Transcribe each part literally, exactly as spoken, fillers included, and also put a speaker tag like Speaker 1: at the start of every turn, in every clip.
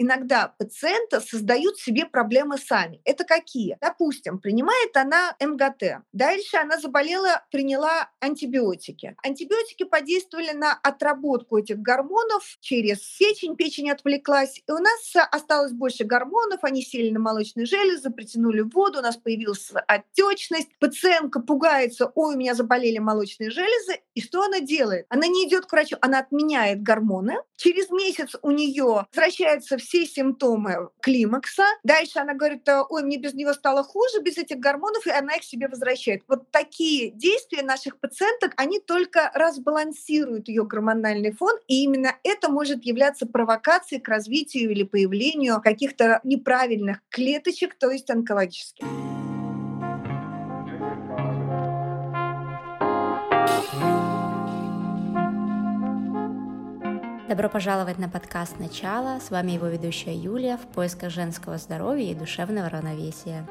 Speaker 1: иногда пациенты создают себе проблемы сами. Это какие? Допустим, принимает она МГТ. Дальше она заболела, приняла антибиотики. Антибиотики подействовали на отработку этих гормонов через печень. Печень отвлеклась. И у нас осталось больше гормонов. Они сели на молочные железы, притянули воду. У нас появилась отечность. Пациентка пугается: ой, у меня заболели молочные железы. И что она делает? Она не идет к врачу, она отменяет гормоны. Через месяц у нее возвращаются все симптомы климакса. Дальше она говорит: ой, мне без него стало хуже, без этих гормонов, и она их себе возвращает. Вот такие действия наших пациенток, они только разбалансируют ее гормональный фон, и именно это может являться провокацией к развитию или появлению каких-то неправильных клеточек, то есть онкологических.
Speaker 2: Добро пожаловать на подкаст «Начало». С вами его ведущая Юлия в поисках женского здоровья и душевного равновесия.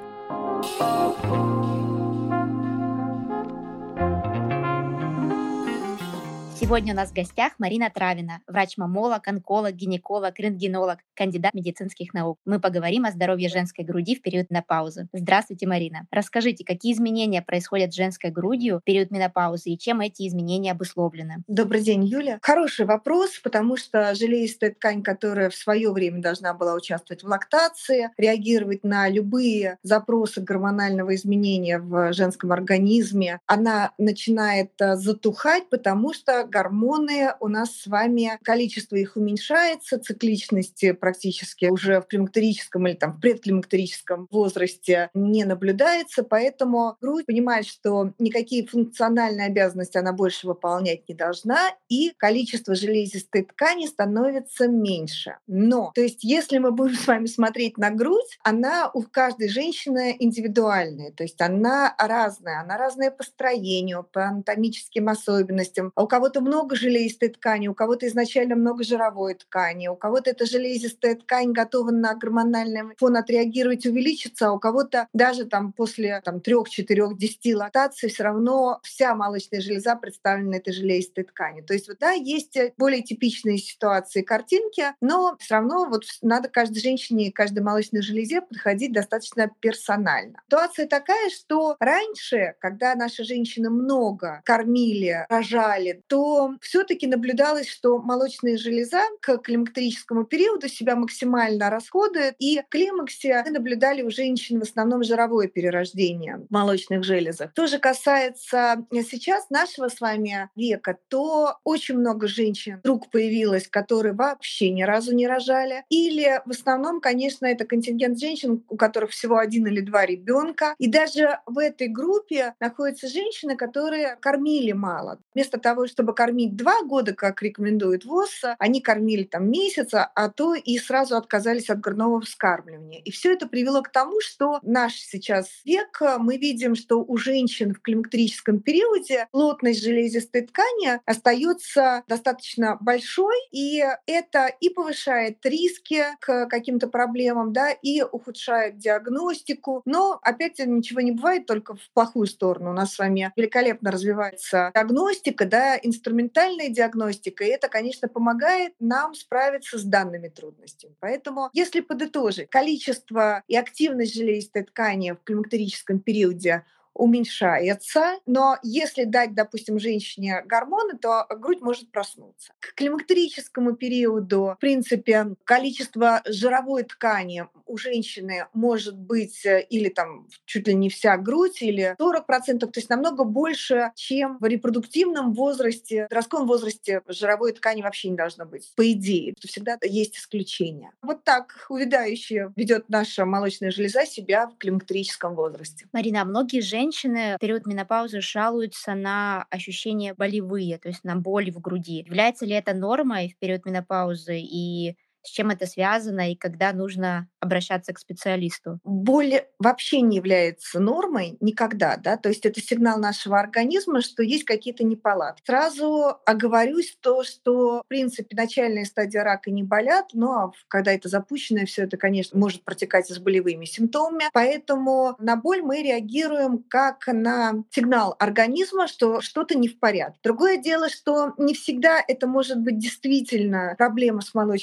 Speaker 2: Сегодня у нас в гостях Марина Травина, врач-маммолог, онколог, гинеколог, рентгенолог, кандидат медицинских наук. Мы поговорим о здоровье женской груди в период менопаузы. Здравствуйте, Марина. Расскажите, какие изменения происходят с женской грудью в период менопаузы и чем эти изменения обусловлены?
Speaker 1: Добрый день, Юля. Хороший вопрос, потому что железистая ткань, которая в свое время должна была участвовать в лактации, реагировать на любые запросы гормонального изменения в женском организме, она начинает затухать, потому что гормоны у нас с вами, количество их уменьшается, цикличности практически уже в климактерическом или там в предклимактерическом возрасте не наблюдается, поэтому грудь понимает, что никакие функциональные обязанности она больше выполнять не должна, и количество железистой ткани становится меньше. Но, то есть если мы будем с вами смотреть на грудь, она у каждой женщины индивидуальная, то есть она разная, она разная по строению, по анатомическим особенностям. А у кого-то много железистой ткани, у кого-то изначально много жировой ткани, у кого-то эта железистая ткань готова на гормональный фон отреагировать, увеличиться, а у кого-то даже там после там, трех, четырех, десяти лактаций все равно вся молочная железа представлена этой железистой ткани. То есть вот, да, есть более типичные ситуации, картинки, но все равно вот надо каждой женщине и каждой молочной железе подходить достаточно персонально. Ситуация такая, что раньше, когда наши женщины много кормили, рожали, то все-таки наблюдалось, что молочная железа к климактерическому периоду себя максимально расходует, и в климаксе мы наблюдали у женщин в основном жировое перерождение в молочных железах. Что же касается сейчас нашего с вами века, то очень много женщин вдруг появилось, которые вообще ни разу не рожали, или в основном, конечно, это контингент женщин, у которых всего один или два ребенка, и даже в этой группе находятся женщины, которые кормили мало. Вместо того, чтобы кормить два года, как рекомендует ВОЗ, они кормили там месяц, а то и сразу отказались от грудного вскармливания. И все это привело к тому, что наш сейчас век, мы видим, что у женщин в климактерическом периоде плотность железистой ткани остается достаточно большой, и это и повышает риски к каким-то проблемам, да, и ухудшает диагностику. Но опять ничего не бывает, только в плохую сторону. У нас с вами великолепно развивается диагностика, да, инструментальная диагностика, и это, конечно, помогает нам справиться с данными трудностями. Поэтому, если подытожить, количество и активность железистой ткани в климактерическом периоде уменьшается, но если дать, допустим, женщине гормоны, то грудь может проснуться. К климактерическому периоду, в принципе, количество жировой ткани у женщины может быть или там чуть ли не вся грудь, или сорок процентов, то есть намного больше, чем в репродуктивном возрасте. В подростковом возрасте жировой ткани вообще не должно быть, по идее. Всегда есть исключения. Вот так увядающе ведет наша молочная железа себя в климактерическом возрасте.
Speaker 2: Марина, многие женщины Женщины в период менопаузы жалуются на ощущения болевые, то есть на боль в груди. Является ли это нормой в период менопаузы и с чем это связано и когда нужно обращаться к специалисту?
Speaker 1: Боль вообще не является нормой никогда, да, то есть это сигнал нашего организма, что есть какие-то неполадки. Сразу оговорюсь то, что, в принципе, начальные стадии рака не болят, но когда это запущенное, все это, конечно, может протекать и с болевыми симптомами, поэтому на боль мы реагируем как на сигнал организма, что что-то не в порядке. Другое дело, что не всегда это может быть действительно проблема с молочной железой,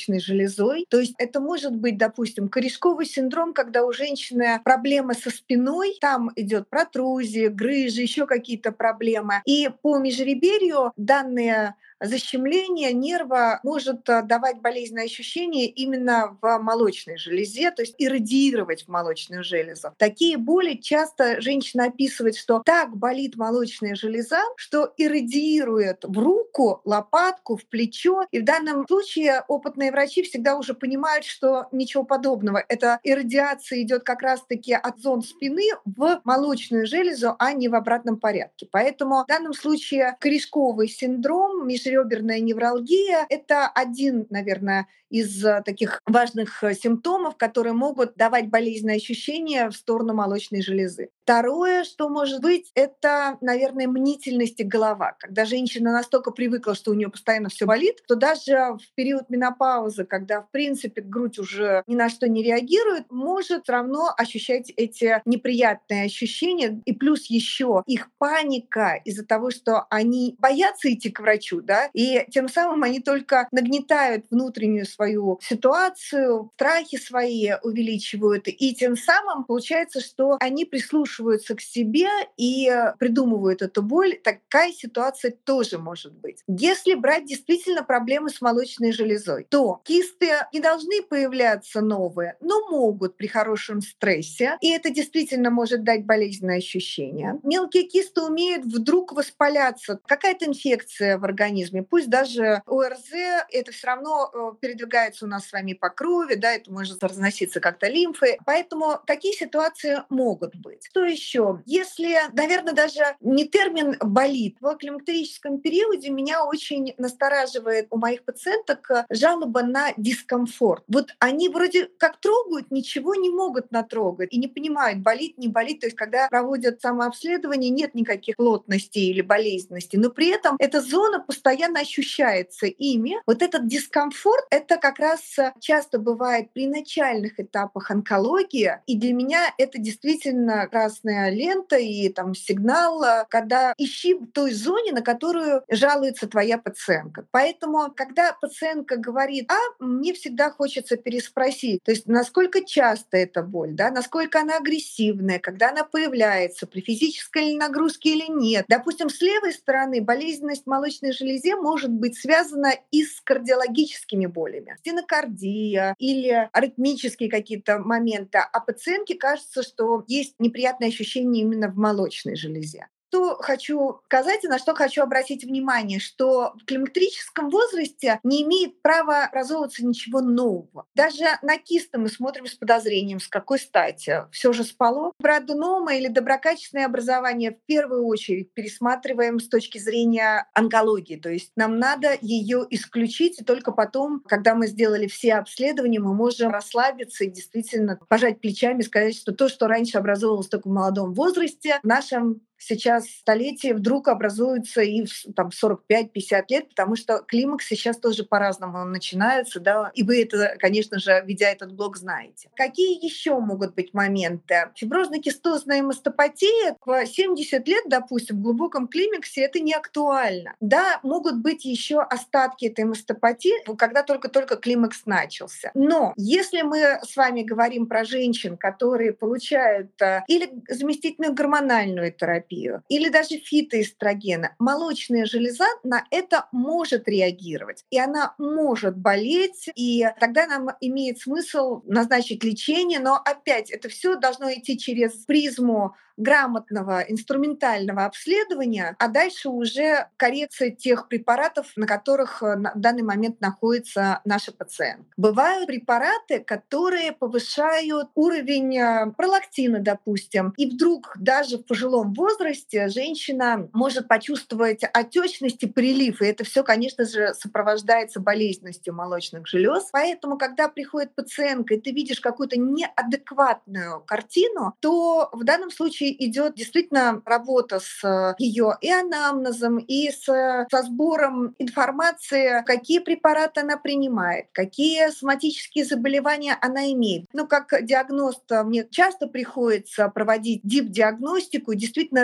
Speaker 1: железой. То есть это может быть, допустим, корешковый синдром, когда у женщины проблемы со спиной, там идет протрузия, грыжи, еще какие-то проблемы. И по межреберью данные защемление нерва может э, давать болезненные ощущения именно в молочной железе, то есть иррадиировать в молочную железу. Такие боли часто женщина описывает, что так болит молочная железа, что иррадиирует в руку, лопатку, в плечо. И в данном случае опытные врачи всегда уже понимают, что ничего подобного. Эта иррадиация идет как раз-таки от зон спины в молочную железу, а не в обратном порядке. Поэтому в данном случае корешковый синдром, межреберная невралгия — это один, наверное, из э, таких важных э, симптомов, которые могут давать болезненные ощущения в сторону молочной железы. Второе, что может быть, это, наверное, мнительность и голова. Когда женщина настолько привыкла, что у нее постоянно все болит, то даже в период менопаузы, когда, в принципе, грудь уже ни на что не реагирует, может все равно ощущать эти неприятные ощущения. И плюс еще их паника из-за того, что они боятся идти к врачу, да, и тем самым они только нагнетают внутреннюю свою ситуацию, страхи свои увеличивают, и тем самым получается, что они прислушиваются к себе и придумывают эту боль. Такая ситуация тоже может быть. Если брать действительно проблемы с молочной железой, то кисты не должны появляться новые, но могут при хорошем стрессе, и это действительно может дать болезненное ощущение. Мелкие кисты умеют вдруг воспаляться. Какая-то инфекция в организме, пусть даже ОРЗ, это все равно э, передвигается у нас с вами по крови, да, это может разноситься как-то лимфой. Поэтому такие ситуации могут быть. Что еще? Если, наверное, даже не термин «болит», в климактерическом периоде меня очень настораживает у моих пациенток э, жалоба на дискомфорт. Вот они вроде как трогают, ничего не могут натрогать и не понимают, болит, не болит. То есть когда проводят самообследование, нет никаких плотностей или болезненностей, но при этом эта зона постоянно ощущается ими. Вот этот дискомфорт, это как раз э, часто бывает при начальных этапах онкологии, и для меня это действительно красная лента и там сигнал, э, когда ищи в той зоне, на которую жалуется твоя пациентка. Поэтому, когда пациентка говорит: а, мне всегда хочется переспросить, то есть насколько часто эта боль, да, насколько она агрессивная, когда она появляется, при физической нагрузке или нет. Допустим, с левой стороны болезненность молочной железе может быть связана и с кардиологическими болями. Стенокардия или аритмические какие-то моменты. А пациентке кажется, что есть неприятные ощущения именно в молочной железе. Что хочу сказать и на что хочу обратить внимание, что в климактерическом возрасте не имеет права образовываться ничего нового. Даже на кисты мы смотрим с подозрением, с какой стати. Все же спало. Про аденома или доброкачественное образование в первую очередь пересматриваем с точки зрения онкологии. То есть нам надо ее исключить, и только потом, когда мы сделали все обследования, мы можем расслабиться и действительно пожать плечами и сказать, что то, что раньше образовывалось только в молодом возрасте, в нашем сейчас столетие вдруг образуется и в там, сорок пять пятьдесят лет, потому что климакс сейчас тоже по-разному начинается, да, и вы это, конечно же, ведя этот блог, знаете. Какие еще могут быть моменты? Фиброзно-кистозная мастопатия в семьдесят лет, допустим, в глубоком климаксе это не актуально. Да, могут быть еще остатки этой мастопатии, когда только-только климакс начался. Но если мы с вами говорим про женщин, которые получают э, или заместительную гормональную терапию, или даже фитоэстрогены, молочная железа на это может реагировать. И она может болеть, и тогда нам имеет смысл назначить лечение, но опять это все должно идти через призму грамотного инструментального обследования, а дальше уже коррекция тех препаратов, на которых э, на данный момент находится наша пациент. Бывают препараты, которые повышают уровень э, пролактина, допустим, и вдруг даже в пожилом возрасте женщина может почувствовать отечность и прилив, и это все, конечно же, сопровождается болезненностью молочных желез. Поэтому, когда приходит пациентка, и ты видишь какую-то неадекватную картину, то в данном случае идет действительно работа с ее и анамнезом, и с, со сбором информации, какие препараты она принимает, какие соматические заболевания она имеет. Ну, как диагност, мне часто приходится проводить дип-диагностику и действительно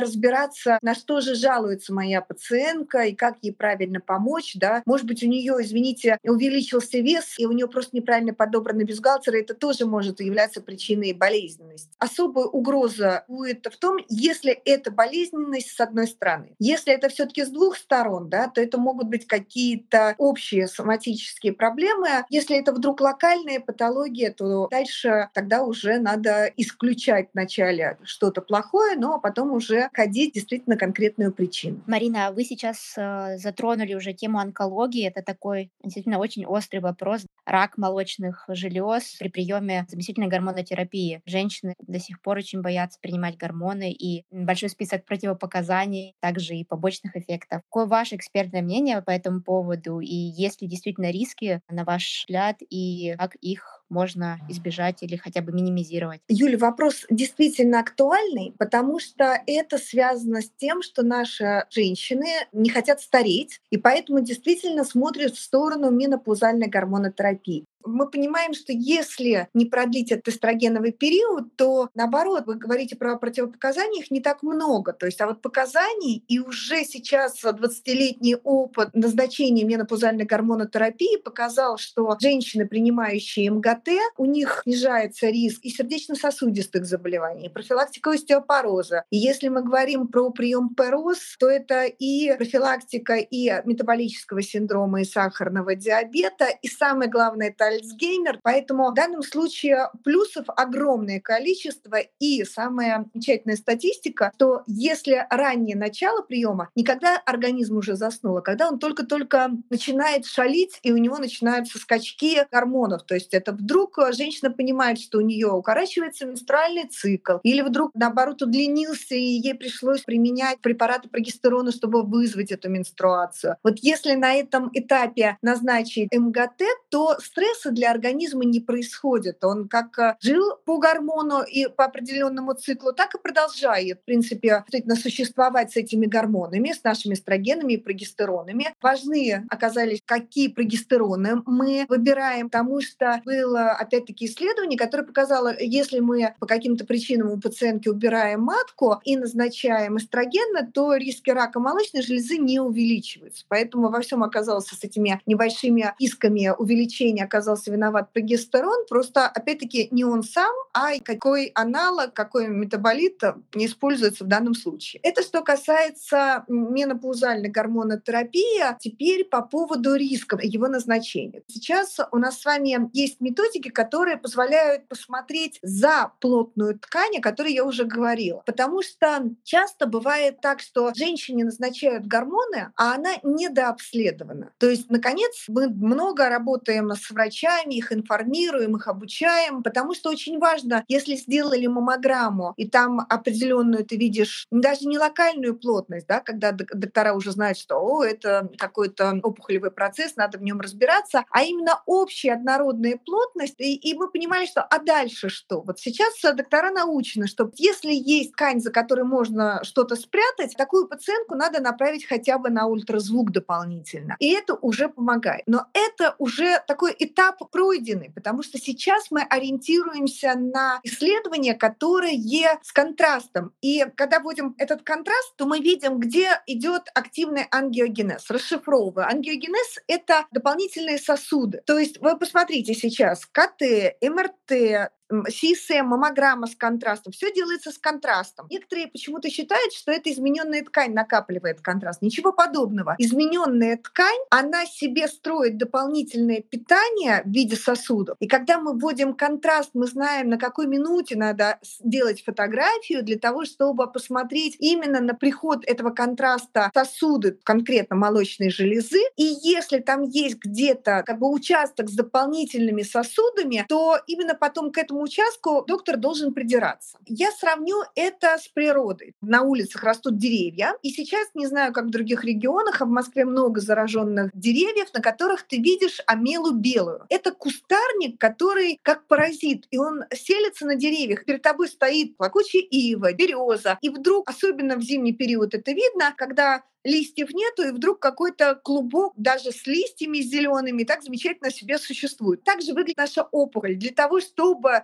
Speaker 1: разбираться, на что же жалуется моя пациентка и как ей правильно помочь. Да? Может быть, у нее, извините, увеличился вес, и у нее просто неправильно подобраны бюстгальтеры, это тоже может являться причиной болезненности. Особая угроза будет в том, если это болезненность с одной стороны. Если это все-таки с двух сторон, да, то это могут быть какие-то общие соматические проблемы. Если это вдруг локальная патология, то дальше тогда уже надо исключать вначале что-то плохое, но потом уже ходить действительно на конкретную причину.
Speaker 2: Марина, вы сейчас э, затронули уже тему онкологии. Это такой действительно очень острый вопрос. Рак молочных желез при приеме заместительной гормонотерапии. Женщины до сих пор очень боятся принимать гормоны, и большой список противопоказаний, также и побочных эффектов. Какое ваше экспертное мнение по этому поводу? И есть ли действительно риски, на ваш взгляд, и как их можно избежать или хотя бы минимизировать?
Speaker 1: Юля, вопрос действительно актуальный, потому что это связано с тем, что наши женщины не хотят стареть, и поэтому действительно смотрят в сторону менопаузальной гормонотерапии. Мы понимаем, что если не продлить этот эстрогеновый период, то наоборот, вы говорите про противопоказания, их не так много. То есть, а вот показаний, и уже сейчас двадцатилетний опыт назначения менопаузальной гормонотерапии показал, что женщины, принимающие МГТ, у них снижается риск и сердечно-сосудистых заболеваний, и профилактика остеопороза. И если мы говорим про прием ПРОС, то это и профилактика и метаболического синдрома, и сахарного диабета, и самое главное — это Альцгеймер. Поэтому в данном случае плюсов огромное количество. И самая замечательная статистика, что если раннее начало приема, не когда организм уже заснул, а когда он только-только начинает шалить, и у него начинаются скачки гормонов. То есть это вдруг женщина понимает, что у нее укорачивается менструальный цикл, или вдруг, наоборот, удлинился, и ей пришлось применять препараты прогестерона, чтобы вызвать эту менструацию. Вот если на этом этапе назначить МГТ, то стресса для организма не происходит. Он как жил по гормону и по определенному циклу, так и продолжает, в принципе, действительно существовать с этими гормонами, с нашими эстрогенами и прогестеронами. Важны оказались, какие прогестероны мы выбираем, потому что было, опять-таки, исследование, которое показало, если мы по каким-то причинам у пациентки убираем матку и назначаем эстрогены, то риски рака молочной железы не увеличиваются. Поэтому во всем оказался с этими небольшими исками увеличения оказался виноват прогестерон, просто, опять-таки, не он сам, а какой аналог, какой метаболит не используется в данном случае. Это что касается менопаузальной гормонотерапии. Теперь по поводу риска его назначения. Сейчас у нас с вами есть методики, которые позволяют посмотреть за плотную ткань, о которой я уже говорила. Потому что часто бывает так, что женщине назначают гормоны, а она недообследована. То есть, наконец, мы много работаем с врачами, их информируем, их обучаем, потому что очень важно, если сделали маммограмму, и там определенную ты видишь даже не локальную плотность, да, когда доктора уже знают, что о, это какой-то опухолевый процесс, надо в нем разбираться, а именно общая однородная плотность, и, и мы понимали, что а дальше что? Вот сейчас доктора научены, что если есть ткань, за которой можно что-то спрятать, такую пациентку надо направить хотя бы на ультразвук дополнительно. И это уже помогает. Но это уже такой этап пройденный, потому что сейчас мы ориентируемся на исследования, которые с контрастом. И когда вводим этот контраст, то мы видим, где идет активный ангиогенез. Расшифровываю. Ангиогенез — это дополнительные сосуды. То есть вы посмотрите сейчас КТ, МРТ, си эс эм, маммограмма с контрастом. Все делается с контрастом. Некоторые почему-то считают, что это измененная ткань накапливает контраст. Ничего подобного. Измененная ткань, она себе строит дополнительное питание в виде сосудов. И когда мы вводим контраст, мы знаем, на какой минуте надо сделать фотографию для того, чтобы посмотреть именно на приход этого контраста сосуды, конкретно молочной железы. И если там есть где-то как бы участок с дополнительными сосудами, то именно потом к этому участку доктор должен придираться. Я сравню это с природой. На улицах растут деревья, и сейчас, не знаю, как в других регионах, а в Москве много зараженных деревьев, на которых ты видишь амелу белую. Это кустарник, который как паразит, и он селится на деревьях. Перед тобой стоит плакучая ива, береза, и вдруг, особенно в зимний период это видно, когда листьев нету, и вдруг какой-то клубок даже с листьями зелеными так замечательно себе существует. Также выглядит наша опухоль. Для того, чтобы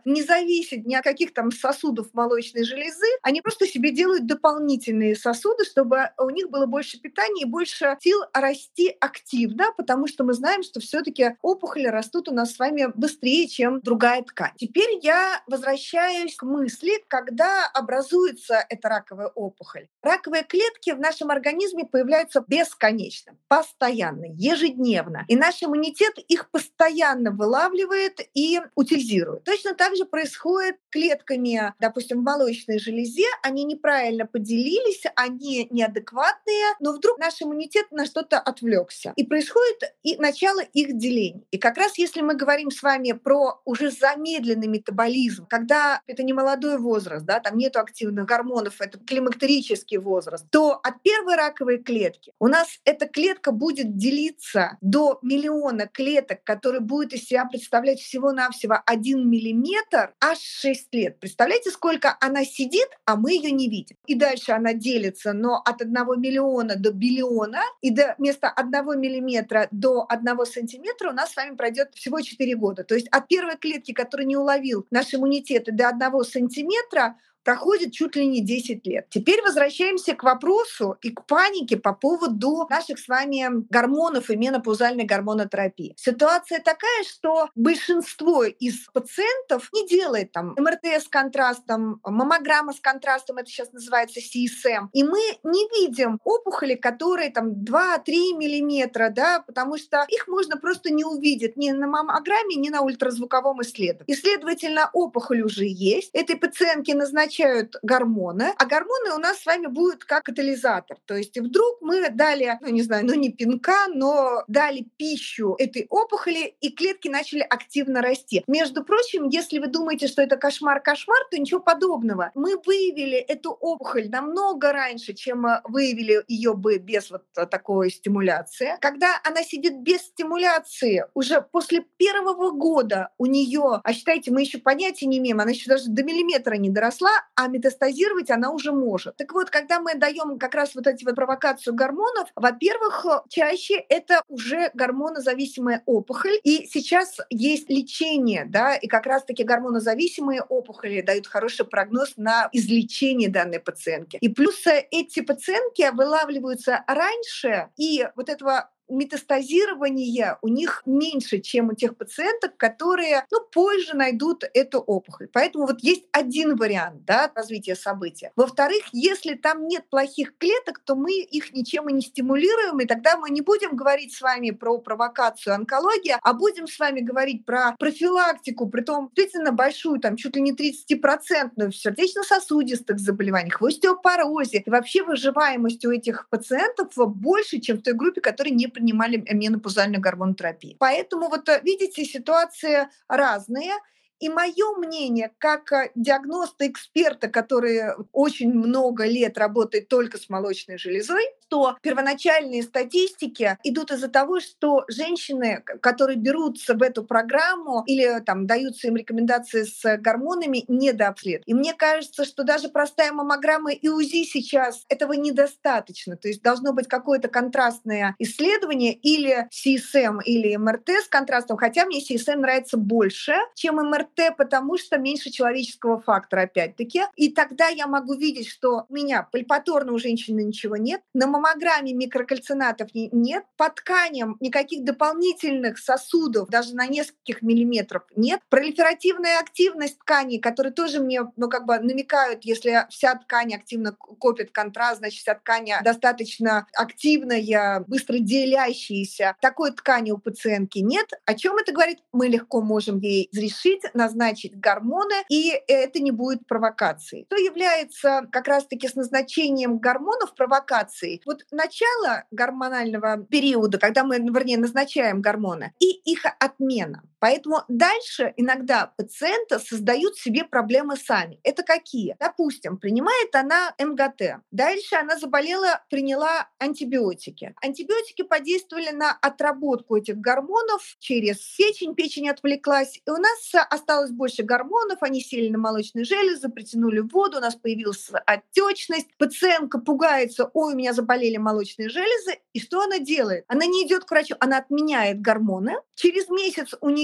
Speaker 1: не зависеть ни от каких там сосудов молочной железы, они просто себе делают дополнительные сосуды, чтобы у них было больше питания и больше сил расти активно, потому что мы знаем, что все-таки опухоли растут у нас с вами быстрее, чем другая ткань. Теперь я возвращаюсь к мысли, когда образуется эта раковая опухоль. Раковые клетки в нашем организме появляются бесконечно, постоянно, ежедневно. И наш иммунитет их постоянно вылавливает и утилизирует. Точно так же происходит клетками, допустим, в молочной железе. Они неправильно поделились, они неадекватные, но вдруг наш иммунитет на что-то отвлекся. И происходит и начало их деления. И как раз если мы говорим с вами про уже замедленный метаболизм, когда это не молодой возраст, да, там нету активных гормонов, это климактерический возраст, то от первой раковой клетки у нас эта клетка будет делиться до миллиона клеток, которые будут из себя представлять всего-навсего один миллиметр, аж шесть лет. Представляете, сколько она сидит, а мы ее не видим. И дальше она делится, но от одного миллиона до биллиона, и до вместо одного миллиметра до одного сантиметра у нас с вами пройдет всего четыре года. То есть от первой клетки, которую не уловил наш иммунитет, и до одного сантиметра проходит чуть ли не десять лет. Теперь возвращаемся к вопросу и к панике по поводу наших с вами гормонов и менопаузальной гормонотерапии. Ситуация такая, что большинство из пациентов не делает там эм эр тэ с контрастом, маммограмма с контрастом, это сейчас называется си эс эм, и мы не видим опухоли, которые там два-три миллиметра, да, потому что их можно просто не увидеть ни на маммограмме, ни на ультразвуковом исследовании. И, следовательно, опухоль уже есть. Этой пациентке назначают гормоны, а гормоны у нас с вами будут как катализатор. То есть и вдруг мы дали, ну не знаю, ну не пинка, но дали пищу этой опухоли, и клетки начали активно расти. Между прочим, если вы думаете, что это кошмар-кошмар, то ничего подобного. Мы выявили эту опухоль намного раньше, чем выявили ее бы без вот такой стимуляции. Когда она сидит без стимуляции, уже после первого года у нее, а считайте, мы еще понятия не имеем, она еще даже до миллиметра не доросла, а метастазировать она уже может. Так вот, когда мы даем как раз вот эти вот провокацию гормонов, во-первых, чаще это уже гормонозависимая опухоль, и сейчас есть лечение, да, и как раз-таки гормонозависимые опухоли дают хороший прогноз на излечение данной пациентки. И плюс эти пациентки вылавливаются раньше, и вот этого метастазирование у них меньше, чем у тех пациенток, которые ну, позже найдут эту опухоль. Поэтому вот есть один вариант, да, развития события. Во-вторых, если там нет плохих клеток, то мы их ничем и не стимулируем, и тогда мы не будем говорить с вами про провокацию онкологии, а будем с вами говорить про профилактику, притом действительно большую, там чуть ли не тридцатипроцентную в сердечно-сосудистых заболеваниях, в остеопорозе. И вообще выживаемость у этих пациентов больше, чем в той группе, которая не принимали менопаузальную гормонотерапию. Поэтому вот видите, ситуации разные. И мое мнение, как диагноста, эксперта, который очень много лет работает только с молочной железой, то первоначальные статистики идут из-за того, что женщины, которые берутся в эту программу или там даются им рекомендации с гормонами, недообследуют. И мне кажется, что даже простая маммограмма и УЗИ сейчас этого недостаточно. То есть должно быть какое-то контрастное исследование или си эс эм, или эм эр тэ с контрастом, хотя мне си эс эм нравится больше, чем эм эр тэ, потому что меньше человеческого фактора опять-таки. И тогда я могу видеть, что у меня пальпаторно у женщины ничего нет, на маммограмме микрокальцинатов нет, по тканям никаких дополнительных сосудов, даже на нескольких миллиметров нет. Пролиферативная активность тканей, которые тоже мне ну, как бы намекают, если вся ткань активно копит контраст, значит вся ткань достаточно активная, быстро делящаяся. Такой ткани у пациентки нет. О чем это говорит? Мы легко можем ей разрешить, назначить гормоны, и это не будет провокацией. Что является как раз-таки с назначением гормонов провокацией? Вот начало гормонального периода, когда мы, вернее, назначаем гормоны, и их отмена. Поэтому дальше иногда пациенты создают себе проблемы сами. Это какие? Допустим, принимает она эм гэ тэ. Дальше она заболела, приняла антибиотики. Антибиотики подействовали на отработку этих гормонов через печень, печень отвлеклась, и у нас осталось больше гормонов, они сели на молочные железы, притянули воду, у нас появилась отечность. Пациентка пугается: ой, у меня заболели молочные железы. И что она делает? Она не идет к врачу, она отменяет гормоны. Через месяц у нее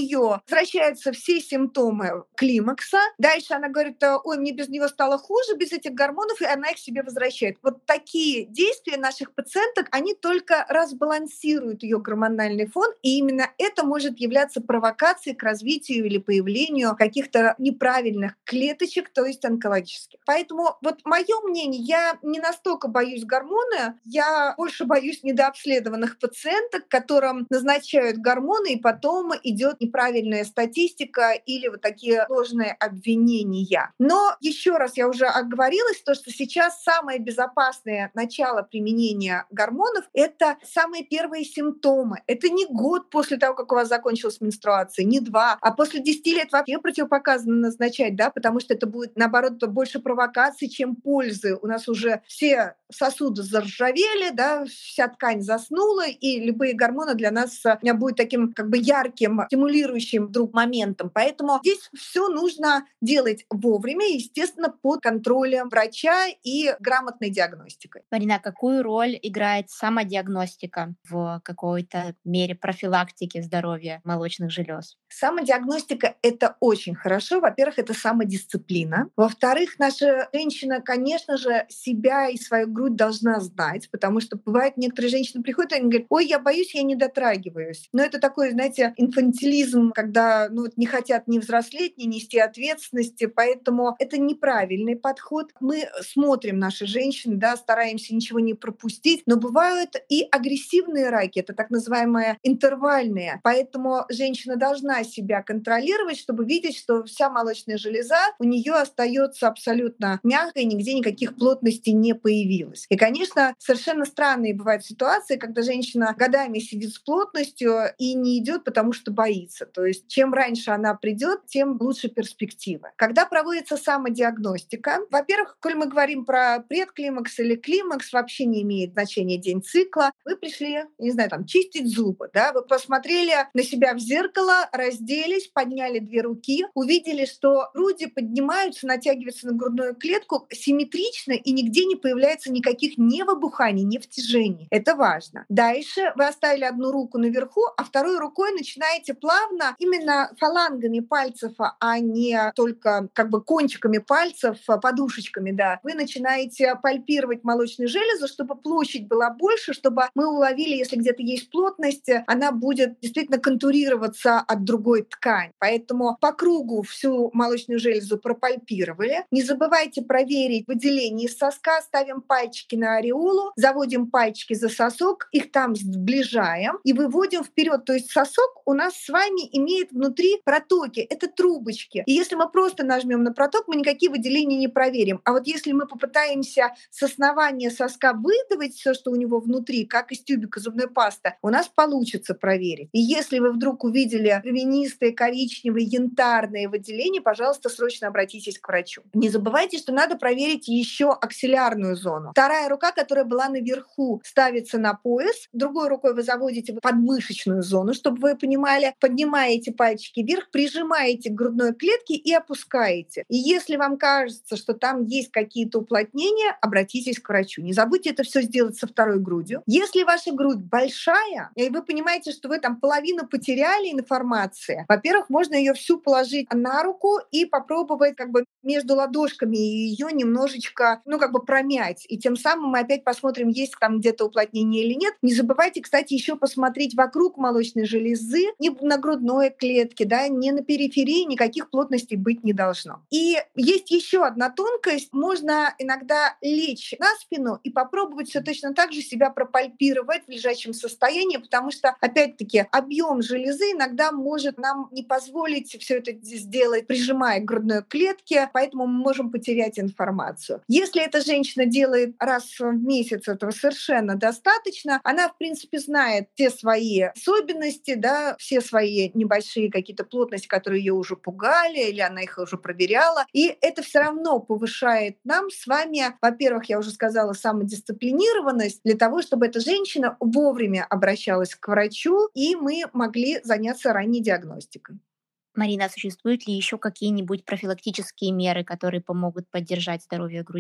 Speaker 1: нее возвращаются все симптомы климакса. Дальше она говорит: «Э, ой, мне без него стало хуже, без этих гормонов», и она их себе возвращает. Вот такие действия наших пациенток, они только разбалансируют ее гормональный фон, и именно это может являться провокацией к развитию или появлению каких-то неправильных клеточек, то есть онкологических. Поэтому вот мое мнение, я не настолько боюсь гормоны, я больше боюсь недообследованных пациенток, которым назначают гормоны, и потом идет неправильная статистика или вот такие ложные обвинения. Но еще раз я уже оговорилась, то, что сейчас самое безопасное начало применения гормонов — это самые первые симптомы. Это не год после того, как у вас закончилась менструация, не два, а после десяти лет вообще противопоказано назначать, да, потому что это будет, наоборот, больше провокаций, чем пользы. У нас уже все сосуды заржавели, да, вся ткань заснула, и любые гормоны для нас а, будут таким как бы ярким, стимулирующим вдруг моментом. Поэтому здесь все нужно делать вовремя, естественно, под контролем врача и грамотной диагностикой.
Speaker 2: Марина, а какую роль играет самодиагностика в какой-то мере профилактики здоровья молочных желез?
Speaker 1: Самодиагностика — это очень хорошо. Во-первых, это самодисциплина. Во-вторых, наша женщина, конечно же, себя и свою грудь должна знать, потому что бывает, некоторые женщины приходят, и они говорят: ой, я боюсь, я не дотрагиваюсь. Но это такой, знаете, инфантилизм, когда ну, вот не хотят ни взрослеть, ни нести ответственности, поэтому это неправильный подход. Мы смотрим наши женщины, да, стараемся ничего не пропустить, но бывают и агрессивные раки, это так называемые интервальные, поэтому женщина должна себя контролировать, чтобы видеть, что вся молочная железа у нее остается абсолютно мягкой, нигде никаких плотностей не появилось. И, конечно, совершенно странные бывают ситуации, когда женщина годами сидит с плотностью и не идет, потому что боится. То есть чем раньше она придет, тем лучше перспективы. Когда проводится самодиагностика, во-первых, коль мы говорим про предклимакс или климакс, вообще не имеет значения день цикла. Вы пришли, не знаю, там, чистить зубы, да, вы посмотрели на себя в зеркало, разделись, подняли две руки, увидели, что груди поднимаются, натягиваются на грудную клетку симметрично, и нигде не появляется никаких ни выбуханий, ни втяжений. Это важно. Дальше вы оставили одну руку наверху, а второй рукой начинаете плавно именно фалангами пальцев, а не только как бы кончиками пальцев, подушечками, да. Вы начинаете пальпировать молочную железу, чтобы площадь была больше, чтобы мы уловили, если где-то есть плотность, она будет действительно контурироваться от другой ткани. Поэтому по кругу всю молочную железу пропальпировали. Не забывайте проверить выделение из соска. Ставим пальчики на ареолу, заводим пальчики за сосок, их там сближаем и выводим вперед. То есть сосок у нас с вами имеет внутри протоки. Это трубочки. И если мы просто нажмем на проток, мы никакие выделения не проверим. А вот если мы попытаемся с основания соска выдавить все, что у него внутри, как из тюбика зубной пасты, у нас получится проверить. И если вы вдруг увидели кровянистые, коричневые, янтарные выделения, пожалуйста, срочно обратитесь к врачу. Не забывайте, что надо проверить еще аксиллярную зону. Вторая рука, которая была наверху, ставится на пояс. Другой рукой вы заводите в подмышечную зону, чтобы вы понимали, поднимаете пальчики вверх, прижимаете к грудной клетке и опускаете. И если вам кажется, что там есть какие-то уплотнения, обратитесь к врачу. Не забудьте это все сделать со второй грудью. Если ваша грудь большая, и вы понимаете, что вы там половину потеряли информации, во-первых, можно ее всю положить на руку и попробовать как бы между ладошками ее немножечко, ну, как бы промять. И тем самым мы опять посмотрим, есть там где-то уплотнение или нет. Не забывайте, кстати, еще посмотреть вокруг молочной железы, не на грудной клетке, да, не на периферии, никаких плотностей быть не должно. И есть еще одна тонкость. Можно иногда лечь на спину и попробовать все точно так же себя пропальпировать в лежачем состоянии, потому что, опять-таки, объем железы иногда может нам не позволить все это сделать, прижимая к грудной клетке, поэтому мы можем потерять информацию. Если эта женщина делает раз в месяц, этого совершенно достаточно. Она, в принципе, знает все свои особенности, да, все свои небольшие какие-то плотности, которые ее уже пугали, или она их уже проверяла. И это все равно повышает нам с вами, во-первых, я уже сказала, самодисциплинированность для того, чтобы эта женщина вовремя обращалась к врачу, и мы могли заняться ранней диагностикой.
Speaker 2: Марина, а существуют ли еще какие-нибудь профилактические меры, которые помогут поддержать здоровье груди?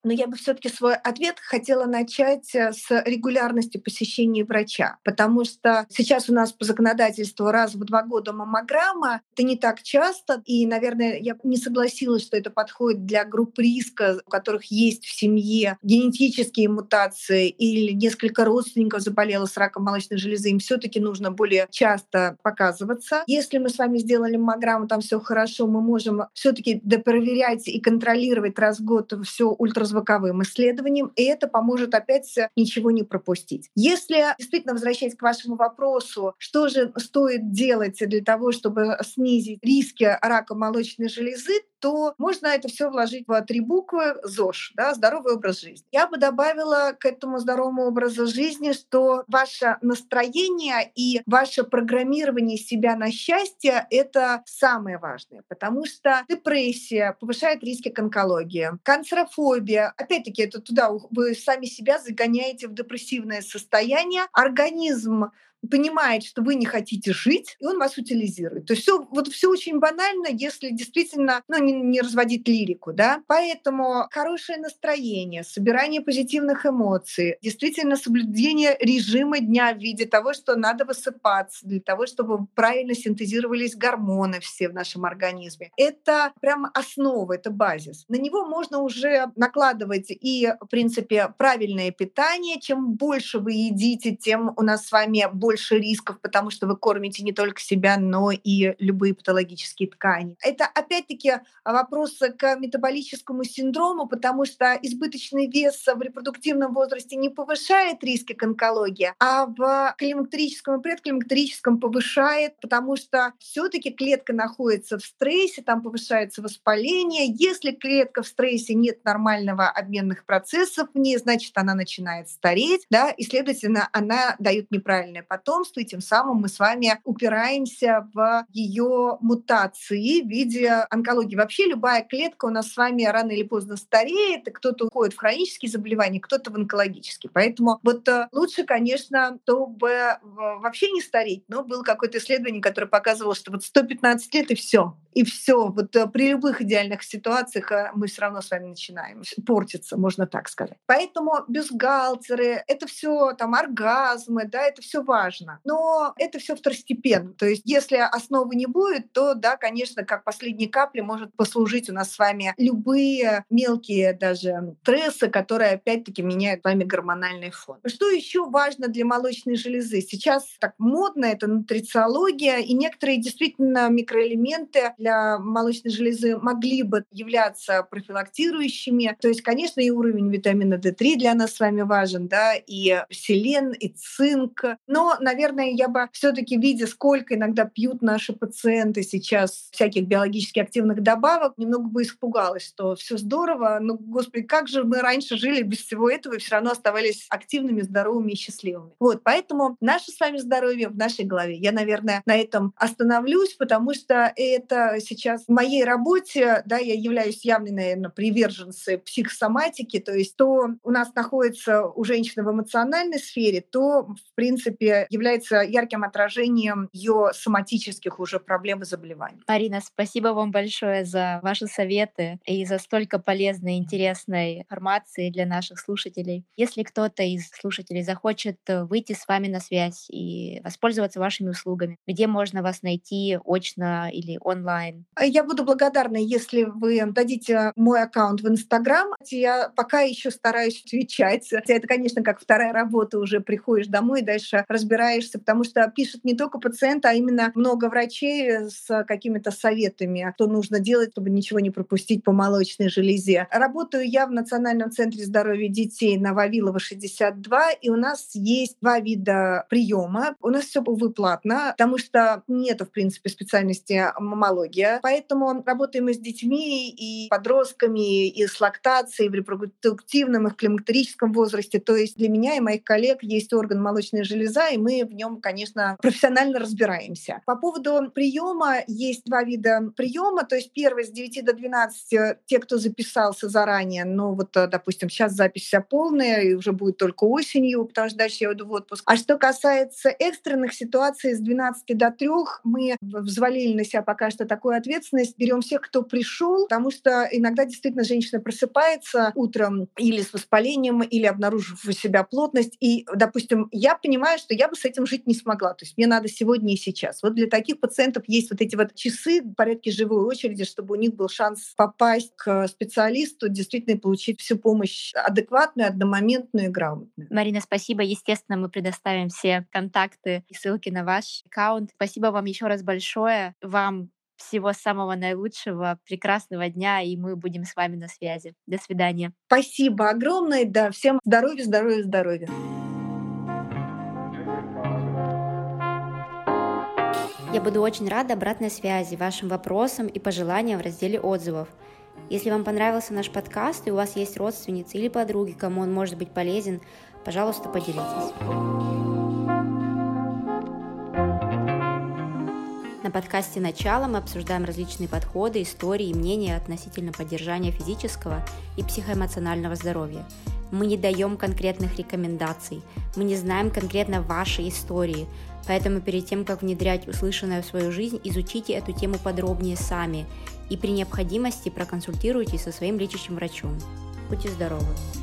Speaker 1: Но я бы все-таки свой ответ хотела начать э, с регулярности посещения врача, потому что сейчас у нас по законодательству раз в два года маммограмма. Это не так часто, и, наверное, я бы не согласилась, что это подходит для групп риска, у которых есть в семье генетические мутации или несколько родственников заболело с раком молочной железы. Им все-таки нужно более часто показываться. Если мы с вами сделали маммограмму, там все хорошо, мы можем все-таки допроверять и контролировать раз в год все ультразвуковым исследованием, и это поможет опять э, ничего не пропустить. Если действительно возвращаясь к вашему вопросу, что же стоит делать для того, чтобы снизить риски рака молочной железы, то можно это все вложить в три буквы ЗОЖ, да, здоровый образ жизни. Я бы добавила к этому здоровому образу жизни, что ваше настроение и ваше программирование себя на счастье — это самое важное, потому что депрессия повышает риски к онкологии, канцерофобия, опять-таки, это туда у- вы сами себя загоняете в депрессивное состояние, организм понимает, что вы не хотите жить, и он вас утилизирует. То есть все вот все очень банально, если действительно, ну, не, не разводить лирику, да. Поэтому хорошее настроение, собирание позитивных эмоций, действительно соблюдение режима дня в виде того, что надо высыпаться для того, чтобы правильно синтезировались гормоны все в нашем организме. Это прямо основа, это базис. На него можно уже накладывать и, в принципе, правильное питание. Чем больше вы едите, тем у нас с вами больше больше рисков, потому что вы кормите не только себя, но и любые патологические ткани. Это опять-таки вопрос к метаболическому синдрому, потому что избыточный вес в репродуктивном возрасте не повышает риски к онкологии, а в климактерическом и предклимактерическом повышает, потому что все-таки клетка находится в стрессе, там повышается воспаление. Если клетка в стрессе, нет нормального обменных процессов в ней, значит, она начинает стареть, да, и, следовательно, она дает неправильное потомство, и тем самым мы с вами упираемся в ее мутации в виде онкологии. Вообще любая клетка у нас с вами рано или поздно стареет, и кто-то уходит в хронические заболевания, кто-то в онкологические. Поэтому вот э, лучше, конечно, чтобы э, вообще не стареть, но было какое-то исследование, которое показывало, что вот сто пятнадцать лет и все. И все. Вот э, при любых идеальных ситуациях э, мы все равно с вами начинаем портиться, можно так сказать. Поэтому бюстгальтеры — это все там оргазмы, да, это все важно. Но это все второстепенно. То есть если основы не будет, то да, конечно, как последней каплей может послужить у нас с вами любые мелкие даже стрессы, которые опять-таки меняют с вами гормональный фон. Что еще важно для молочной железы? Сейчас так модно, это нутрициология, и некоторые действительно микроэлементы для молочной железы могли бы являться профилактирующими. То есть, конечно, и уровень витамина дэ три для нас с вами важен, да, и селен, и цинк. Но, наверное, я бы все-таки, видя, сколько иногда пьют наши пациенты сейчас всяких биологически активных добавок, немного бы испугалась, что все здорово, но, господи, как же мы раньше жили без всего этого и все равно оставались активными, здоровыми и счастливыми. Вот, поэтому наше с вами здоровье в нашей голове. Я, наверное, на этом остановлюсь, потому что это сейчас в моей работе, да, я являюсь явной, наверное, приверженцей психосоматики, то есть то у нас находится у женщины в эмоциональной сфере, то, в принципе, является ярким отражением ее соматических уже проблем и заболеваний.
Speaker 2: Марина, спасибо вам большое за ваши советы и за столько полезной и интересной информации для наших слушателей. Если кто-то из слушателей захочет э, выйти с вами на связь и воспользоваться вашими услугами, где можно вас найти очно или онлайн?
Speaker 1: А Я буду благодарна, если вы дадите мой аккаунт в Инстаграм. Я пока еще стараюсь отвечать. Хотя это, конечно, как вторая работа, уже приходишь домой и дальше разбираешься, потому что пишут не только пациенты, а именно много врачей с какими-то советами, что нужно делать, чтобы ничего не пропустить по молочной железе. Работаю я в Национальном центре здоровья детей на Вавилова шестьдесят два, и у нас есть два вида приема. У нас все платно, потому что нет, в принципе, специальности маммология. Поэтому работаем и с детьми, и подростками, и с лактацией в репродуктивном и в климактерическом возрасте. То есть для меня и моих коллег есть орган молочная железа, и мы в нем, конечно, профессионально разбираемся. По поводу приема есть два вида приема. То есть первый с девяти до двенадцати те, кто записался заранее, но вот, э, допустим, сейчас запись вся полная, и уже будет только осенью, потому что дальше я уйду в отпуск. А что касается экстренных ситуаций, с двенадцати до трёх мы взвалили на себя пока что такую такую ответственность берем всех, кто пришел, потому что иногда действительно женщина просыпается утром или с воспалением, или обнаружив у себя плотность. И, допустим, я понимаю, что я бы с этим жить не смогла. То есть мне надо сегодня и сейчас. Вот для таких пациентов есть вот эти вот часы в порядке живой очереди, чтобы у них был шанс попасть к специалисту, действительно получить всю помощь адекватную, одномоментную и грамотную.
Speaker 2: Марина, спасибо. Естественно, мы предоставим все контакты и ссылки на ваш аккаунт. Спасибо вам еще раз большое. Вам всего самого наилучшего, прекрасного дня, и мы будем с вами на связи. До свидания.
Speaker 1: Спасибо огромное. Да, всем здоровья, здоровья, здоровья.
Speaker 2: Я буду очень рада обратной связи, вашим вопросам и пожеланиям в разделе отзывов. Если вам понравился наш подкаст и у вас есть родственницы или подруги, кому он может быть полезен, пожалуйста, поделитесь. На подкасте «Начало» мы обсуждаем различные подходы, истории и мнения относительно поддержания физического и психоэмоционального здоровья. Мы не даем конкретных рекомендаций, мы не знаем конкретно вашей истории, поэтому перед тем, как внедрять услышанное в свою жизнь, изучите эту тему подробнее сами и при необходимости проконсультируйтесь со своим лечащим врачом. Будьте здоровы!